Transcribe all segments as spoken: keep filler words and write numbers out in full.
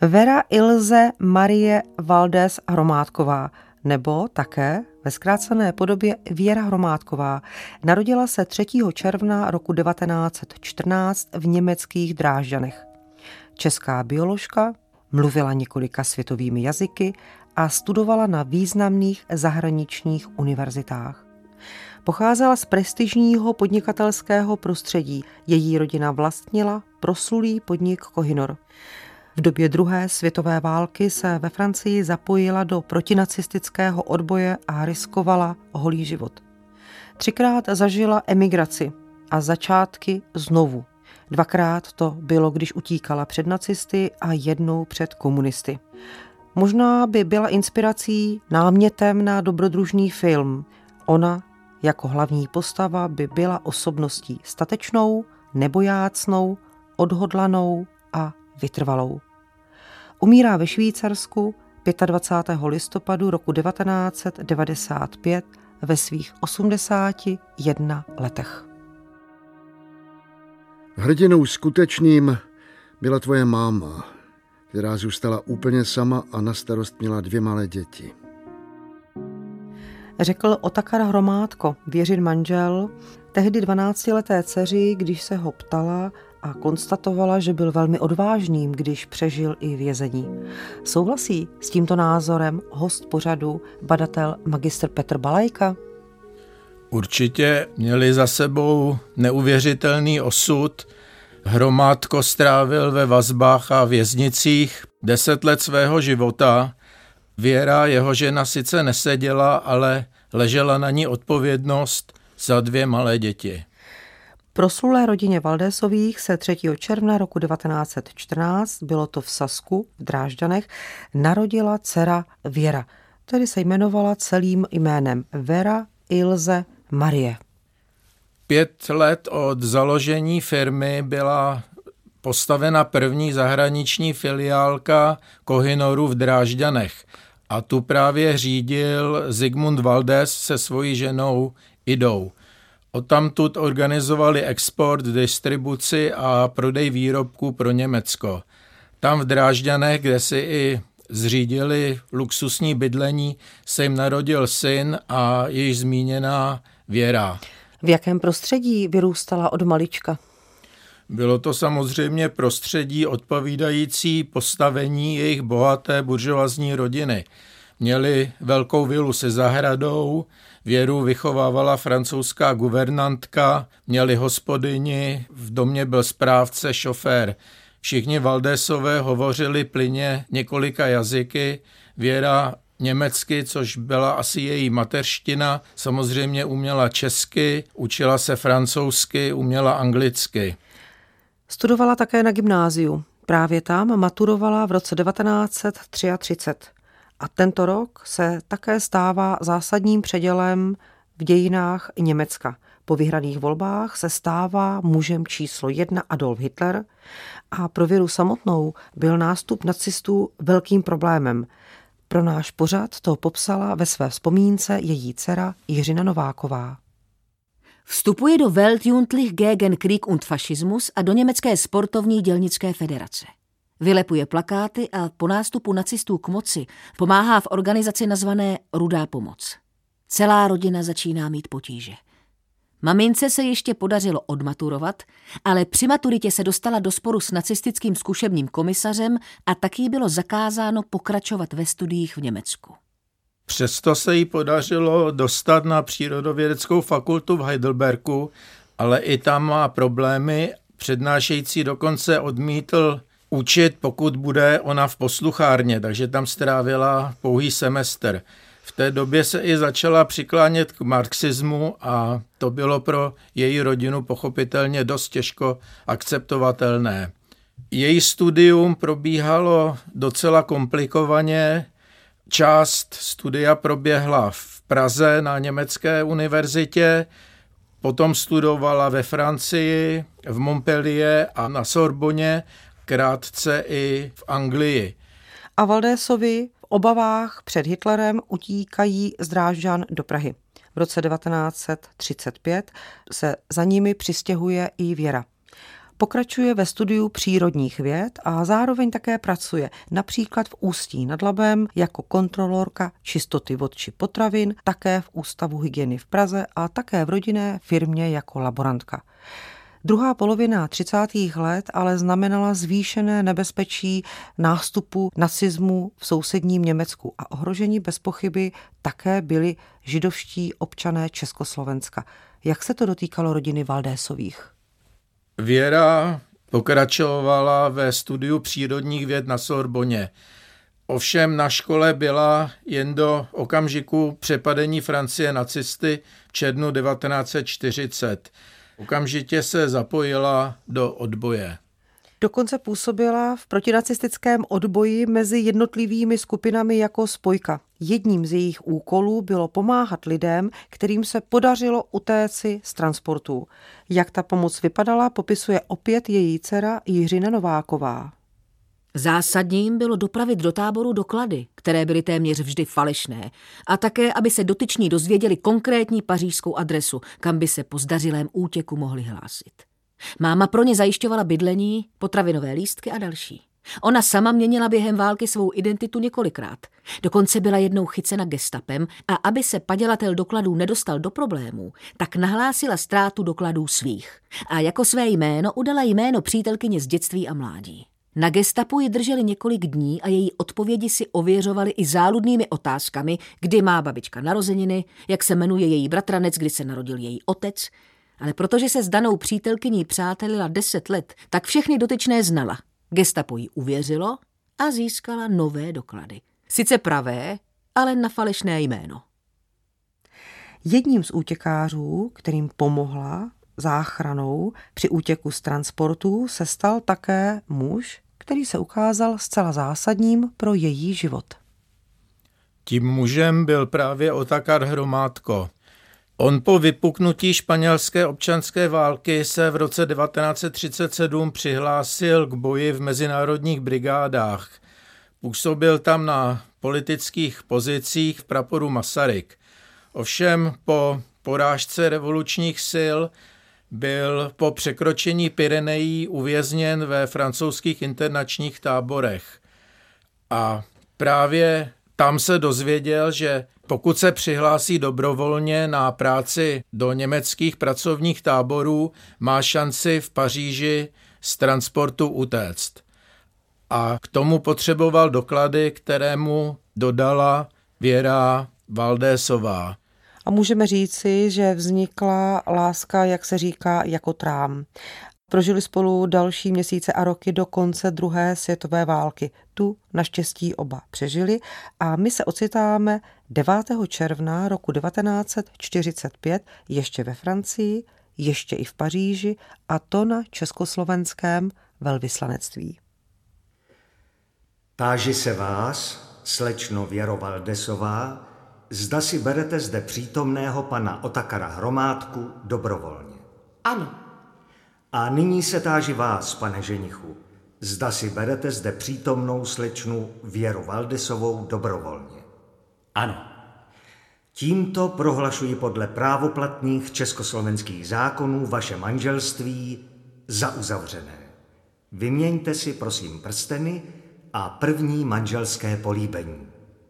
Vera Ilze Marie Valdés Hromádková, nebo také ve zkrácené podobě Věra Hromádková, narodila se třetího června roku devatenáct set čtrnáct v německých Drážďanech. Česká bioložka, mluvila několika světovými jazyky a studovala na významných zahraničních univerzitách. Pocházela z prestižního podnikatelského prostředí. Její rodina vlastnila proslulý podnik Kohinor. V době druhé světové války se ve Francii zapojila do protinacistického odboje a riskovala holý život. Třikrát zažila emigraci a začátky znovu. Dvakrát to bylo, když utíkala před nacisty a jednou před komunisty. Možná by byla inspirací, námětem na dobrodružný film. Ona jako hlavní postava by byla osobností statečnou, nebojácnou, odhodlanou a vytrvalou. Umírá ve Švýcarsku dvacátého pátého listopadu roku devatenáct set devadesát pět ve svých osmdesáti jedné letech. Hrdinou skutečným byla tvoje máma, která zůstala úplně sama a na starost měla dvě malé děti. Řekl Otakar Hromádko, Věřin manžel, tehdy dvanáctileté dceři, když se ho ptala a konstatovala, že byl velmi odvážným, když přežil i vězení. Souhlasí s tímto názorem host pořadu, badatel magistr Petr Balajka? Určitě měli za sebou neuvěřitelný osud. Hromádko strávil ve vazbách a věznicích deset let svého života. Věra, jeho žena, sice neseděla, ale ležela na ní odpovědnost za dvě malé děti. Proslulé rodině Valdésových se třetího června roku devatenáct set čtrnáct, bylo to v Sasku, v Drážďanech, narodila dcera Věra. Tedy se jmenovala celým jménem Vera Ilze Marie. Pět let od založení firmy byla postavena první zahraniční filiálka Kohinoru v Drážďanech a tu právě řídil Zigmund Valdés se svojí ženou Idou. Odtamtud organizovali export, distribuci a prodej výrobků pro Německo. Tam v Drážďanech, kde si i zřídili luxusní bydlení, se jim narodil syn a již zmíněná Věra. V jakém prostředí vyrůstala od malička? Bylo to samozřejmě prostředí odpovídající postavení jejich bohaté buržoazní rodiny. Měli velkou vilu se zahradou, Věru vychovávala francouzská guvernantka, měli hospodyni, v domě byl správce, šofér. Všichni Valdésové hovořili plynně několika jazyky, Věra německy, což byla asi její mateřština, samozřejmě uměla česky, učila se francouzsky, uměla anglicky. Studovala také na gymnáziu. Právě tam maturovala v roce devatenáct set třicet tři. A tento rok se také stává zásadním předělem v dějinách Německa. Po vyhraných volbách se stává mužem číslo jedna Adolf Hitler a pro Věru samotnou byl nástup nacistů velkým problémem. Pro náš pořad to popsala ve své vzpomínce její dcera Jiřina Nováková. Vstupuje do Weltjugendlich gegen Krieg und Faschismus a do německé sportovní dělnické federace. Vylepuje plakáty a po nástupu nacistů k moci pomáhá v organizaci nazvané Rudá pomoc. Celá rodina začíná mít potíže. Mamince se ještě podařilo odmaturovat, ale při maturitě se dostala do sporu s nacistickým zkušebním komisařem a taky bylo zakázáno pokračovat ve studiích v Německu. Přesto se jí podařilo dostat na přírodovědeckou fakultu v Heidelbergu, ale i tam má problémy. Přednášející dokonce odmítl učit, pokud bude ona v posluchárně, takže tam strávila pouhý semestr. V té době se i začala přiklánět k marxismu a to bylo pro její rodinu pochopitelně dost těžko akceptovatelné. Její studium probíhalo docela komplikovaně. Část studia proběhla v Praze na německé univerzitě, potom studovala ve Francii, v Montpellier a na Sorboně, krátce i v Anglii. A Valdésovi v obavách před Hitlerem utíkají z Drážďan do Prahy. V roce devatenáct set třicet pět se za nimi přistěhuje i Věra. Pokračuje ve studiu přírodních věd a zároveň také pracuje například v Ústí nad Labem jako kontrolorka čistoty vod či potravin, také v Ústavu hygieny v Praze a také v rodinné firmě jako laborantka. Druhá polovina třicátých let ale znamenala zvýšené nebezpečí nástupu nacismu v sousedním Německu a ohrožení bez pochyby také byli židovští občané Československa. Jak se to dotýkalo rodiny Valdésových? Věra pokračovala ve studiu přírodních věd na Sorboně. Ovšem na škole byla jen do okamžiku přepadení Francie nacisty v červnu devatenáct set čtyřicet. Okamžitě se zapojila do odboje. Dokonce působila v protinacistickém odboji mezi jednotlivými skupinami jako spojka. Jedním z jejich úkolů bylo pomáhat lidem, kterým se podařilo utéci z transportů. Jak ta pomoc vypadala, popisuje opět její dcera Jiřina Nováková. Zásadním bylo dopravit do táboru doklady, které byly téměř vždy falešné, a také, aby se dotyční dozvěděli konkrétní pařížskou adresu, kam by se po zdařilém útěku mohli hlásit. Máma pro ně zajišťovala bydlení, potravinové lístky a další. Ona sama měnila během války svou identitu několikrát. Dokonce byla jednou chycena gestapem a aby se padělatel dokladů nedostal do problémů, tak nahlásila ztrátu dokladů svých. A jako své jméno udala jméno přítelkyně z dětství a mládí. Na gestapu ji drželi několik dní a její odpovědi si ověřovali i záludnými otázkami, kdy má babička narozeniny, jak se jmenuje její bratranec, kdy se narodil její otec. Ale protože se s danou přítelkyní přátelila deset let, tak všechny dotyčné znala. Gestapo jí uvěřilo a získala nové doklady. Sice pravé, ale na falešné jméno. Jedním z útěkářů, kterým pomohla záchranou při útěku z transportu, se stal také muž, který se ukázal zcela zásadním pro její život. Tím mužem byl právě Otakar Hromádko. On po vypuknutí španělské občanské války se v roce devatenáct set třicet sedm přihlásil k boji v mezinárodních brigádách. Působil tam na politických pozicích v praporu Masaryk. Ovšem po porážce revolučních sil byl po překročení Pyrenejí uvězněn ve francouzských internačních táborech. A právě tam se dozvěděl, že pokud se přihlásí dobrovolně na práci do německých pracovních táborů, má šanci v Paříži z transportu utéct. A k tomu potřeboval doklady, které mu dodala Věra Valdésová. A můžeme říci, že vznikla láska, jak se říká, jako trám. Prožili spolu další měsíce a roky do konce druhé světové války. Tu naštěstí oba přežili a my se ocitáme devátého června roku devatenáct set čtyřicet pět ještě ve Francii, ještě i v Paříži, a to na československém velvyslanectví. Táži se vás, slečno Věro Valdésová, zda si berete zde přítomného pana Otakara Hromádku dobrovolně. Ano. A nyní se táži vás, pane ženichu, zda si berete zde přítomnou slečnu Věru Valdésovou dobrovolně. Ano. Tímto prohlašuji podle právoplatných československých zákonů vaše manželství za uzavřené. Vyměňte si prosím prsteny a první manželské políbení.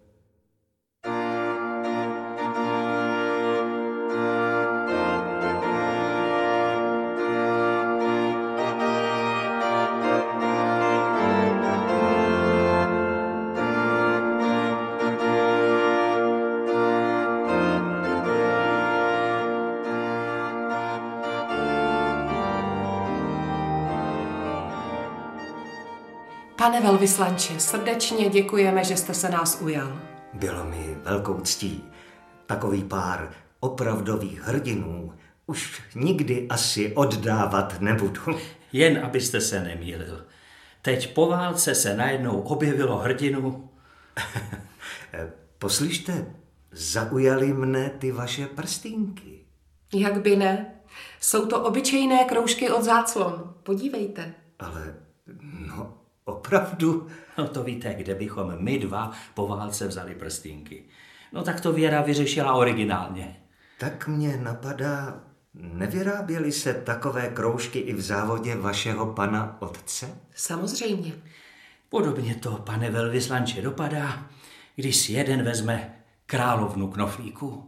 Pane velvyslanče, srdečně děkujeme, že jste se nás ujal. Bylo mi velkou ctí. Takový pár opravdových hrdinů už nikdy asi oddávat nebudu. Jen abyste se nemýlil. Teď po válce se najednou objevilo hrdinu. Poslyšte, zaujaly mne ty vaše prstínky. Jak by ne? Jsou to obyčejné kroužky od záclon. Podívejte. Ale, no, opravdu? No to víte, kde bychom my dva po válce vzali prstínky. No tak to Věra vyřešila originálně. Tak mě napadá, Nevyráběly se takové kroužky i v závodě vašeho pana otce? Samozřejmě. Podobně to, pane velvyslanče, dopadá, když si jeden vezme královnu knoflíků.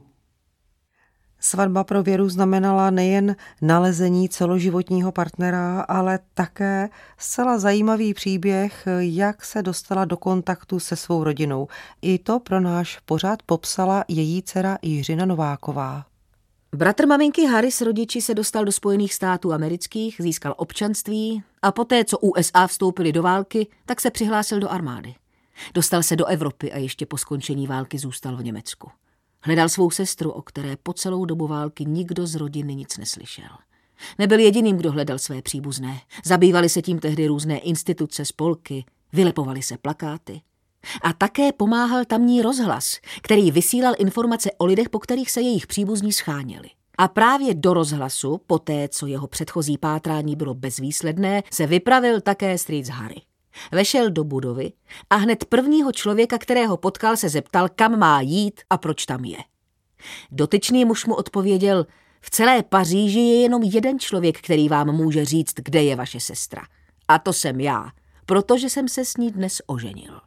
Svatba pro Věru znamenala nejen nalezení celoživotního partnera, ale také zcela zajímavý příběh, jak se dostala do kontaktu se svou rodinou. I to pro náš pořad popsala její dcera Jiřina Nováková. Bratr maminky Harry s rodiči se dostal do Spojených států amerických, získal občanství a poté, co U S A vstoupili do války, tak se přihlásil do armády. Dostal se do Evropy a ještě po skončení války zůstal v Německu. Hledal svou sestru, o které po celou dobu války nikdo z rodiny nic neslyšel. Nebyl jediným, kdo hledal své příbuzné. Zabývali se tím tehdy různé instituce, spolky, vylepovaly se plakáty. A také pomáhal tamní rozhlas, který vysílal informace o lidech, po kterých se jejich příbuzní scháněli. A právě do rozhlasu, poté co jeho předchozí pátrání bylo bezvýsledné, se vypravil také strýc Harry. Vešel do budovy a hned prvního člověka, kterého potkal, se zeptal, kam má jít a proč tam je. Dotyčný muž mu odpověděl, v celé Paříži je jenom jeden člověk, který vám může říct, kde je vaše sestra. A to jsem já, protože jsem se s ní dnes oženil.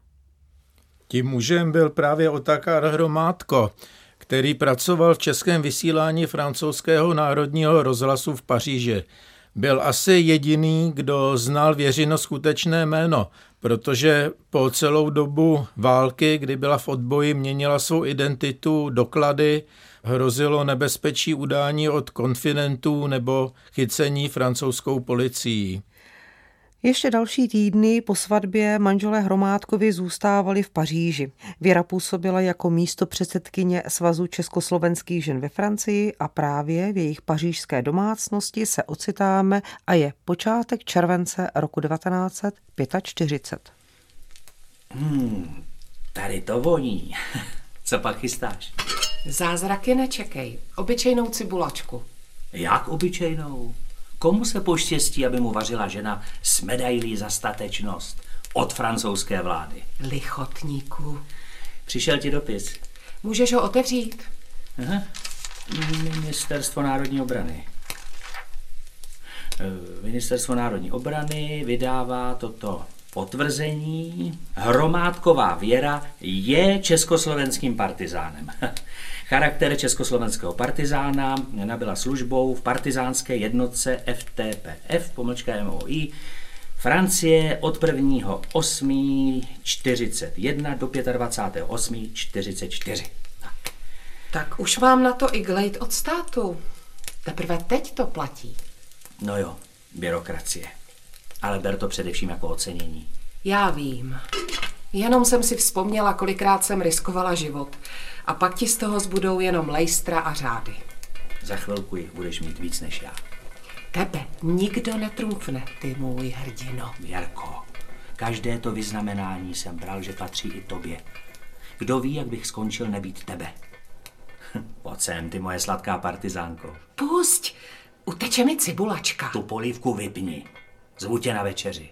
Tím mužem byl právě Otakar Hromádko, který pracoval v českém vysílání francouzského národního rozhlasu v Paříži. Byl asi jediný, kdo znal Věřino skutečné jméno, protože po celou dobu války, kdy byla v odboji, měnila svou identitu, doklady, hrozilo nebezpečí udání od konfidentů nebo chycení francouzskou policií. Ještě další týdny po svatbě manželé Hromádkovi zůstávali v Paříži. Věra působila jako místopředsedkyně Svazu československých žen ve Francii a právě v jejich pařížské domácnosti se ocitáme a je počátek července roku devatenáct set čtyřicet pět. Hmm, tady to voní. Co pak chystáš? Zázraky nečekej. Obyčejnou cibulačku. Jak obyčejnou? Komu se poštěstí, aby mu vařila žena s medailí za statečnost od francouzské vlády? Lichotníku. Přišel ti dopis. Můžeš ho otevřít? Aha. Ministerstvo národní obrany. Ministerstvo národní obrany vydává toto potvrzení. Hromádková Věra je československým partizánem. Charakter československého partizána nabyla službou v partizánské jednotce F T P F, pomlčka M O I, Francie od prvního osmého čtyřicet jedna do dvacátého pátého osmého čtyřicet čtyři. Tak. tak už mám na to i glejt od státu. Teprve teď to platí. No jo, byrokracie. Ale ber to především jako ocenění. Já vím. Jenom jsem si vzpomněla, kolikrát jsem riskovala život. A pak ti z toho zbudou jenom lejstra a řády. Za chvilku jich budeš mít víc než já. Tebe nikdo netrumfne, ty můj hrdino. Věrko, každé to vyznamenání jsem bral, že patří i tobě. Kdo ví, jak bych skončil nebýt tebe. Pojď sem, ty moje sladká partizánko. Pusť, uteče mi cibulačka. Tu polívku vypni. Zvu tě na večeři.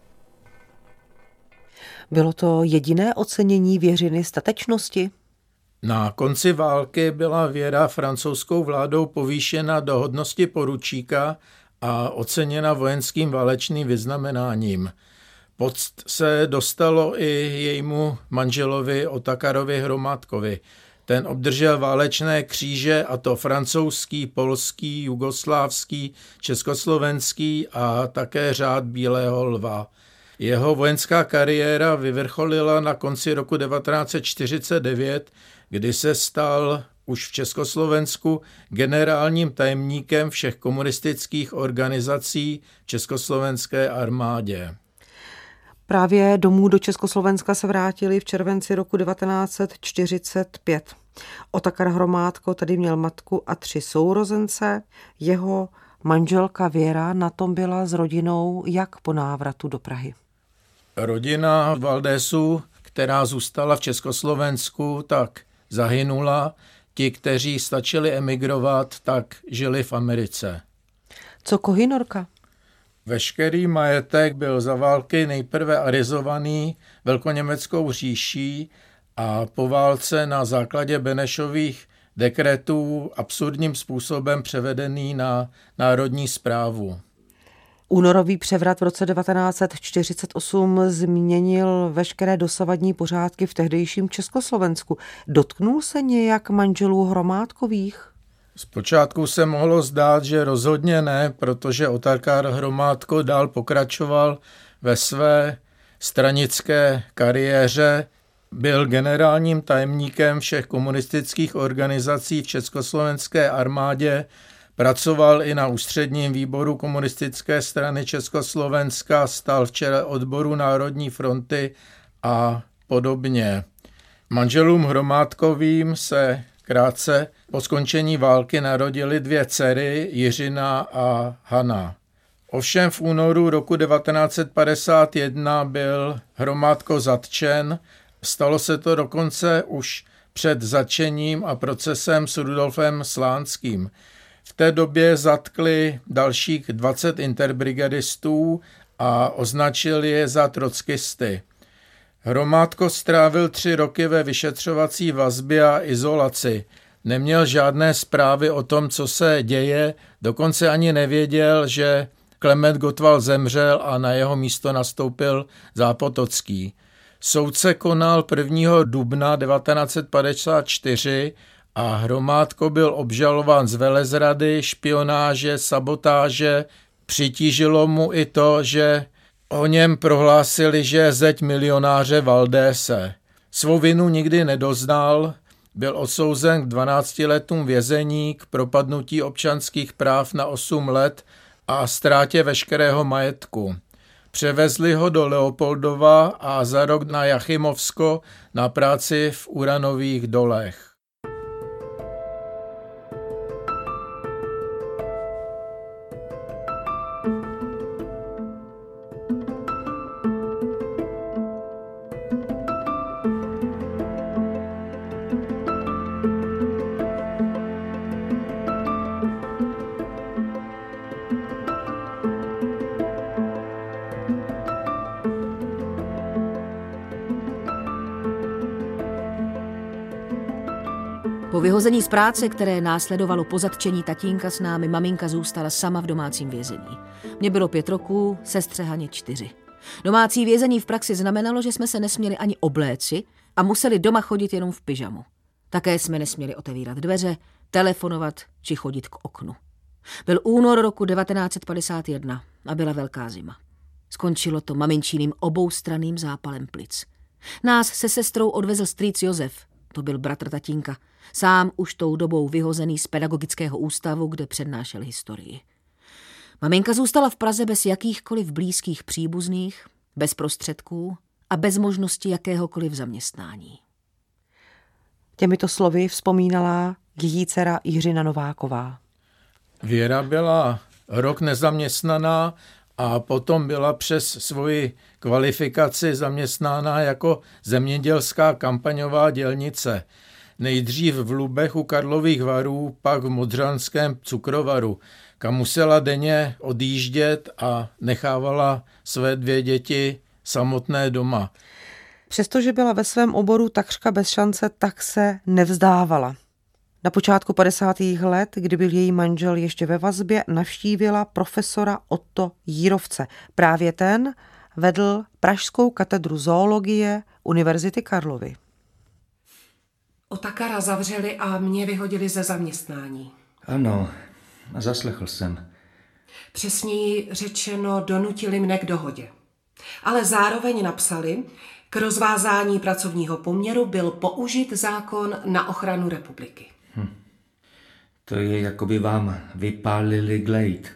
Bylo to jediné ocenění Věřiny statečnosti? Na konci války byla Věra francouzskou vládou povýšena do hodnosti poručíka a oceněna vojenským válečným vyznamenáním. Poct se dostalo i jejímu manželovi Otakarovi Hromádkovi. Ten obdržel válečné kříže, a to francouzský, polský, jugoslávský, československý a také řád Bílého lva. Jeho vojenská kariéra vyvrcholila na konci roku devatenáct set čtyřicet devět, kdy se stal už v Československu generálním tajemníkem všech komunistických organizací v československé armádě. Právě domů do Československa se vrátili v červenci roku devatenáct set čtyřicet pět. Otakar Hromádko tady měl matku a tři sourozence. Jeho manželka Věra na tom byla s rodinou jak po návratu do Prahy. Rodina Valdésů, která zůstala v Československu, tak zahynula. Ti, kteří stačili emigrovat, tak žili v Americe. Co Kohynorka? Veškerý majetek byl za války nejprve arizovaný Velkoněmeckou říší a po válce na základě Benešových dekretů absurdním způsobem převedený na národní správu. Únorový převrat v roce devatenáct set čtyřicet osm změnil veškeré dosavadní pořádky v tehdejším Československu. Dotknul se nějak manželů Hromádkových? Zpočátku se mohlo zdát, že rozhodně ne, protože Otakar Hromádko dál pokračoval ve své stranické kariéře, byl generálním tajemníkem všech komunistických organizací v československé armádě, pracoval i na ústředním výboru komunistické strany Československa, stál v čele odboru Národní fronty a podobně. Manželům Hromádkovým se krátce po skončení války narodily dvě dcery, Jiřina a Hana. Ovšem v únoru roku devatenáct set padesát jedna byl Hromádko zatčen. Stalo se to dokonce už před zatčením a procesem s Rudolfem Slánským. V té době zatkli dalších dvacet interbrigadistů a označili je za trockisty. Hromádko strávil tři roky ve vyšetřovací vazbě a izolaci. Neměl žádné zprávy o tom, co se děje, dokonce ani nevěděl, že Klement Gottwald zemřel a na jeho místo nastoupil Zápotocký. Soudce konal prvního dubna devatenáct set padesát čtyři a Hromádko byl obžalován z velezrady, špionáže, sabotáže. Přitížilo mu i to, že o něm prohlásili, že je zeď milionáře Valdése. Svou vinu nikdy nedoznal, byl odsouzen k dvanácti letům vězení, k propadnutí občanských práv na osm let a ztrátě veškerého majetku. Převezli ho do Leopoldova a za rok na Jachimovsko na práci v uranových dolech. Po vyhození z práce, které následovalo po zatčení tatínka s námi, maminka zůstala sama v domácím vězení. Mně bylo pět roků, sestře Haně čtyři. Domácí vězení v praxi znamenalo, že jsme se nesměli ani obléci a museli doma chodit jenom v pyžamu. Také jsme nesměli otevírat dveře, telefonovat či chodit k oknu. Byl únor roku devatenáct set padesát jedna a byla velká zima. Skončilo to maminčíným oboustranným zápalem plic. Nás se sestrou odvezl strýc Josef, to byl bratr tatínka, sám už tou dobou vyhozený z pedagogického ústavu, kde přednášel historii. Maminka zůstala v Praze bez jakýchkoliv blízkých příbuzných, bez prostředků a bez možnosti jakéhokoliv zaměstnání. Těmito slovy vzpomínala její dcera Jiřina Nováková. Věra byla rok nezaměstnaná a potom byla přes svoji kvalifikaci zaměstnána jako zemědělská kampaňová dělnice. Nejdřív v Lubech u Karlových Varů, pak v Modřanském cukrovaru, kam musela denně odjíždět a nechávala své dvě děti samotné doma. Přestože byla ve svém oboru takřka bez šance, tak se nevzdávala. Na počátku padesátých let, kdy byl její manžel ještě ve vazbě, navštívila profesora Otto Jírovce. Právě ten vedl pražskou katedru zoologie Univerzity Karlovy. Otakara zavřeli a mě vyhodili ze zaměstnání. Ano, zaslechl jsem. Přesněji řečeno, donutili mne k dohodě. Ale zároveň napsali, k rozvázání pracovního poměru byl použit zákon na ochranu republiky. Hm. To je, jako by vám vypálili glejt.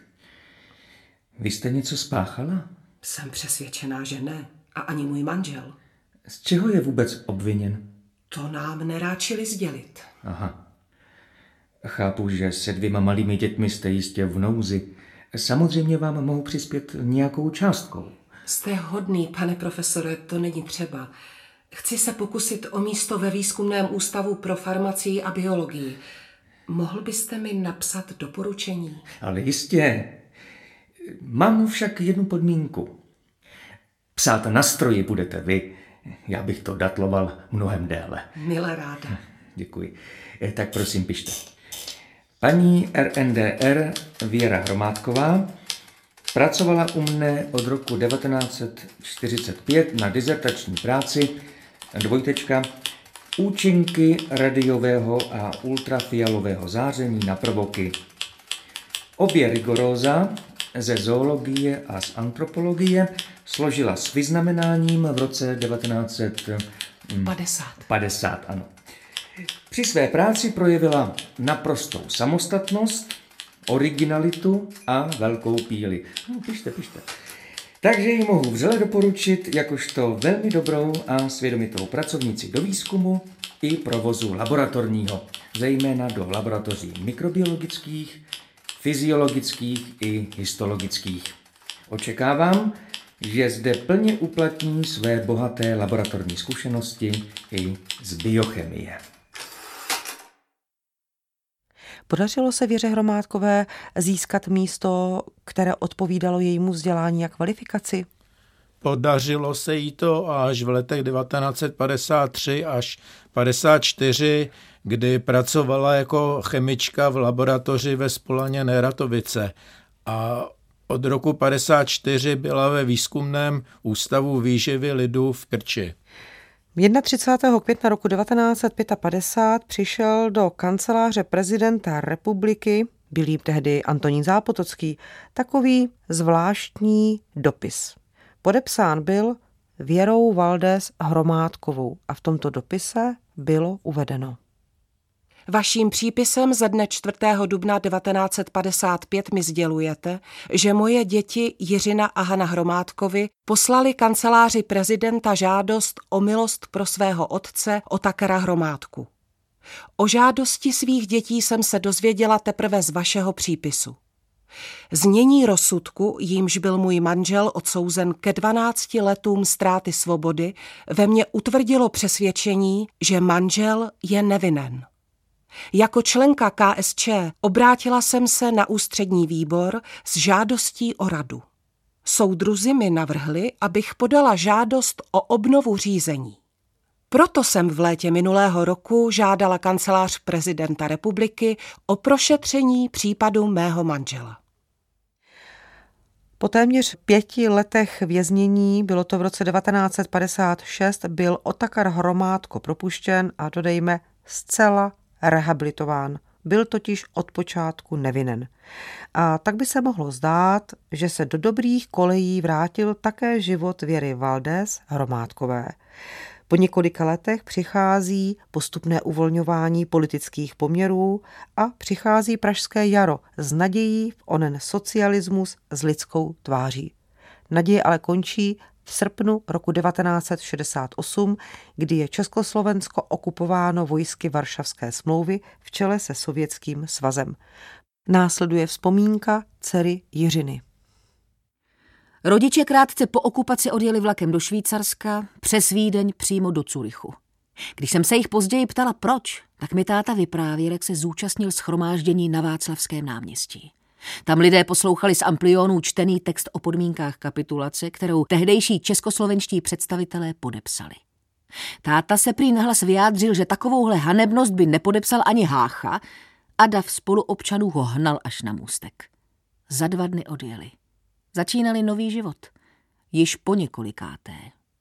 Vy jste něco spáchala? Jsem přesvědčená, že ne. A ani můj manžel. Z čeho je vůbec obviněn? To nám neráčili sdělit. Aha. Chápu, že se dvěma malými dětmi jste jistě v nouzi. Samozřejmě vám mohu přispět nějakou částkou. Jste hodný, pane profesore, to není třeba. Chci se pokusit o místo ve výzkumném ústavu pro farmacii a biologii. Mohl byste mi napsat doporučení? Ale jistě. Mám však jednu podmínku. Psát na stroji budete vy. Já bych to datloval mnohem déle. Milé ráda. Děkuji. Tak prosím, pište. Paní R N D R Věra Hromádková pracovala u mne od roku devatenáct set čtyřicet pět na dizertační práci dvojtečka Účinky radiového a ultrafialového záření na prvoky. Obě rigoróza ze zoologie a z antropologie složila s vyznamenáním v roce devatenáct set padesát. Ano. Při své práci projevila naprostou samostatnost, originalitu a velkou píli. No, pište, pište. Takže ji mohu vřele doporučit jakožto velmi dobrou a svědomitou pracovnici do výzkumu i provozu laboratorního, zejména do laboratoří mikrobiologických, fyziologických i histologických. Očekávám, že zde plně uplatní své bohaté laboratorní zkušenosti i z biochemie. Podařilo se Věře Hromádkové získat místo, které odpovídalo jejímu vzdělání a kvalifikaci? Podařilo se jí to až v letech devatenáct set padesát tři až padesát čtyři, kdy pracovala jako chemička v laboratoři ve Spolaně Neratovice a od roku padesát čtyři byla ve výzkumném ústavu výživy lidu v Krči. třicátého prvního května roku devatenáct set padesát pět přišel do kanceláře prezidenta republiky, byl jím tehdy Antonín Zápotocký, takový zvláštní dopis. Podepsán byl Věrou Valdés Hromádkovou a v tomto dopise bylo uvedeno. Vaším přípisem ze dne čtvrtého dubna devatenáct set padesát pět mi sdělujete, že moje děti Jiřina a Hana Hromádkovi poslali kanceláři prezidenta žádost o milost pro svého otce Otakara Hromádku. O žádosti svých dětí jsem se dozvěděla teprve z vašeho přípisu. Znění rozsudku, jímž byl můj manžel odsouzen ke dvanácti letům ztráty svobody, ve mně utvrdilo přesvědčení, že manžel je nevinen. Jako členka K S Č obrátila jsem se na ústřední výbor s žádostí o radu. Soudruzi mi navrhli, abych podala žádost o obnovu řízení. Proto jsem v létě minulého roku žádala kancelář prezidenta republiky o prošetření případu mého manžela. Po téměř pěti letech věznění, bylo to v roce devatenáct set padesát šest, byl Otakar Hromádko propuštěn a dodejme zcela rehabilitován. Byl totiž od počátku nevinen. A tak by se mohlo zdát, že se do dobrých kolejí vrátil také život Věry Valdés Hromádkové. Po několika letech přichází postupné uvolňování politických poměrů a přichází pražské jaro s nadějí v onen socialismus s lidskou tváří. Naděje ale končí v srpnu roku devatenáct set šedesát osm, kdy je Československo okupováno vojsky Varšavské smlouvy v čele se Sovětským svazem. Následuje vzpomínka dcery Jiřiny. Rodiče krátce po okupaci odjeli vlakem do Švýcarska, přes Vídeň přímo do Curychu. Když jsem se jich později ptala proč, tak mi táta vyprávěl, jak se zúčastnil shromáždění na Václavském náměstí. Tam lidé poslouchali z amplionů čtený text o podmínkách kapitulace, kterou tehdejší českoslovenští představitelé podepsali. Táta se prý nahlas vyjádřil, že takovouhle hanebnost by nepodepsal ani Hácha a dav spoluobčanů ho hnal až na můstek. Za dva dny odjeli. Začínali nový život. Již po několikáté.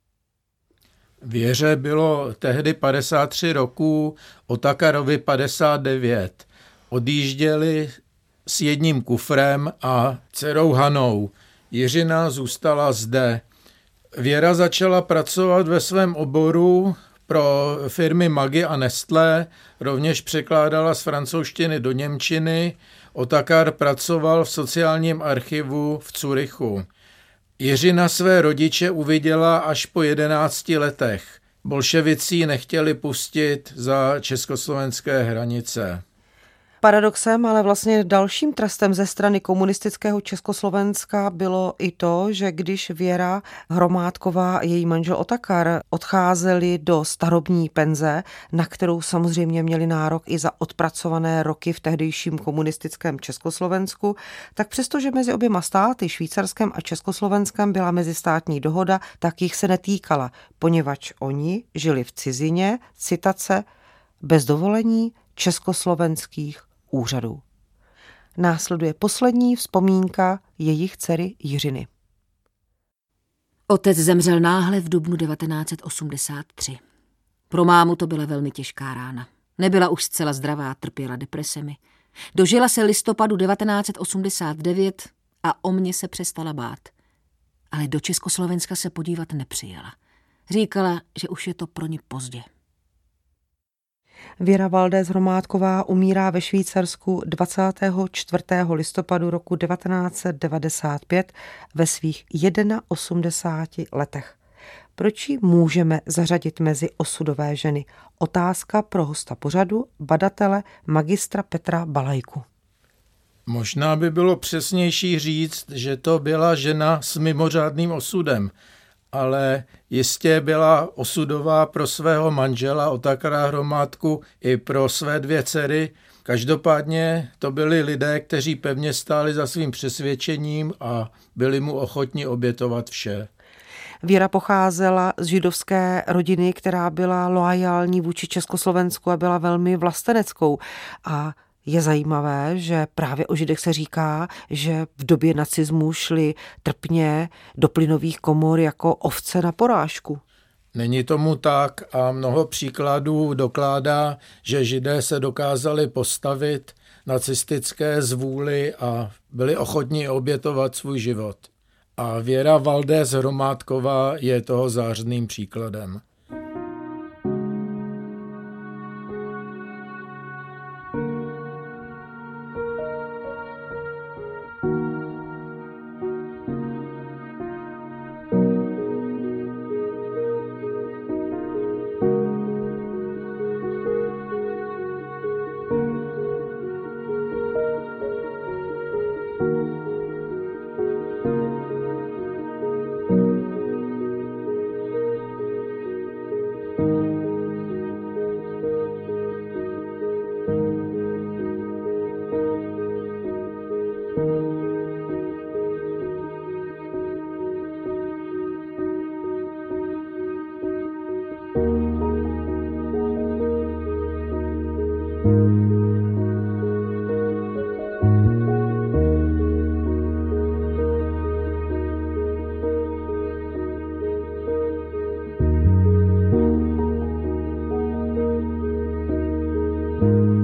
Věře bylo tehdy padesát tři roků, Otakarovi padesát devět. Odjížděli s jedním kufrem a dcerou Hanou. Jiřina zůstala zde. Věra začala pracovat ve svém oboru pro firmy Maggi a Nestlé, rovněž překládala z francouzštiny do němčiny. Otakar pracoval v sociálním archivu v Curychu. Jiřina své rodiče uviděla až po jedenácti letech. Bolševici ji nechtěli pustit za československé hranice. Paradoxem, ale vlastně dalším trestem ze strany komunistického Československa bylo i to, že když Věra Hromádková a její manžel Otakar odcházeli do starobní penze, na kterou samozřejmě měli nárok i za odpracované roky v tehdejším komunistickém Československu, tak přestože mezi oběma státy, Švýcarskem a Československem, byla mezistátní dohoda, tak jich se netýkala, poněvadž oni žili v cizině, citace, bez dovolení československých úřadů. Následuje poslední vzpomínka jejich dcery Jiřiny. Otec zemřel náhle v dubnu devatenáct set osmdesát tři. Pro mámu to byla velmi těžká rána. Nebyla už zcela zdravá, trpěla depresemi. Dožila se listopadu devatenáct set osmdesát devět a o mě se přestala bát. Ale do Československa se podívat nepřijela. Říkala, že už je to pro ní pozdě. Věra Valdés Hromádková umírá ve Švýcarsku dvacátého čtvrtého listopadu roku devatenáct set devadesát pět ve svých osmdesáti jedné letech. Proč ji můžeme zařadit mezi osudové ženy? Otázka pro hosta pořadu, badatele magistra Petra Balajku. Možná by bylo přesnější říct, že to byla žena s mimořádným osudem, ale jistě byla osudová pro svého manžela Otakara Hromádku i pro své dvě dcery. Každopádně to byli lidé, kteří pevně stáli za svým přesvědčením a byli mu ochotni obětovat vše. Věra pocházela z židovské rodiny, která byla loajální vůči Československu a byla velmi vlasteneckou. A je zajímavé, že právě o Židech se říká, že v době nacismu šli trpně do plynových komor jako ovce na porážku. Není tomu tak a mnoho příkladů dokládá, že Židé se dokázali postavit nacistické zvůli a byli ochotní obětovat svůj život. A Věra Valdés Hromádková je toho zářným příkladem. thank you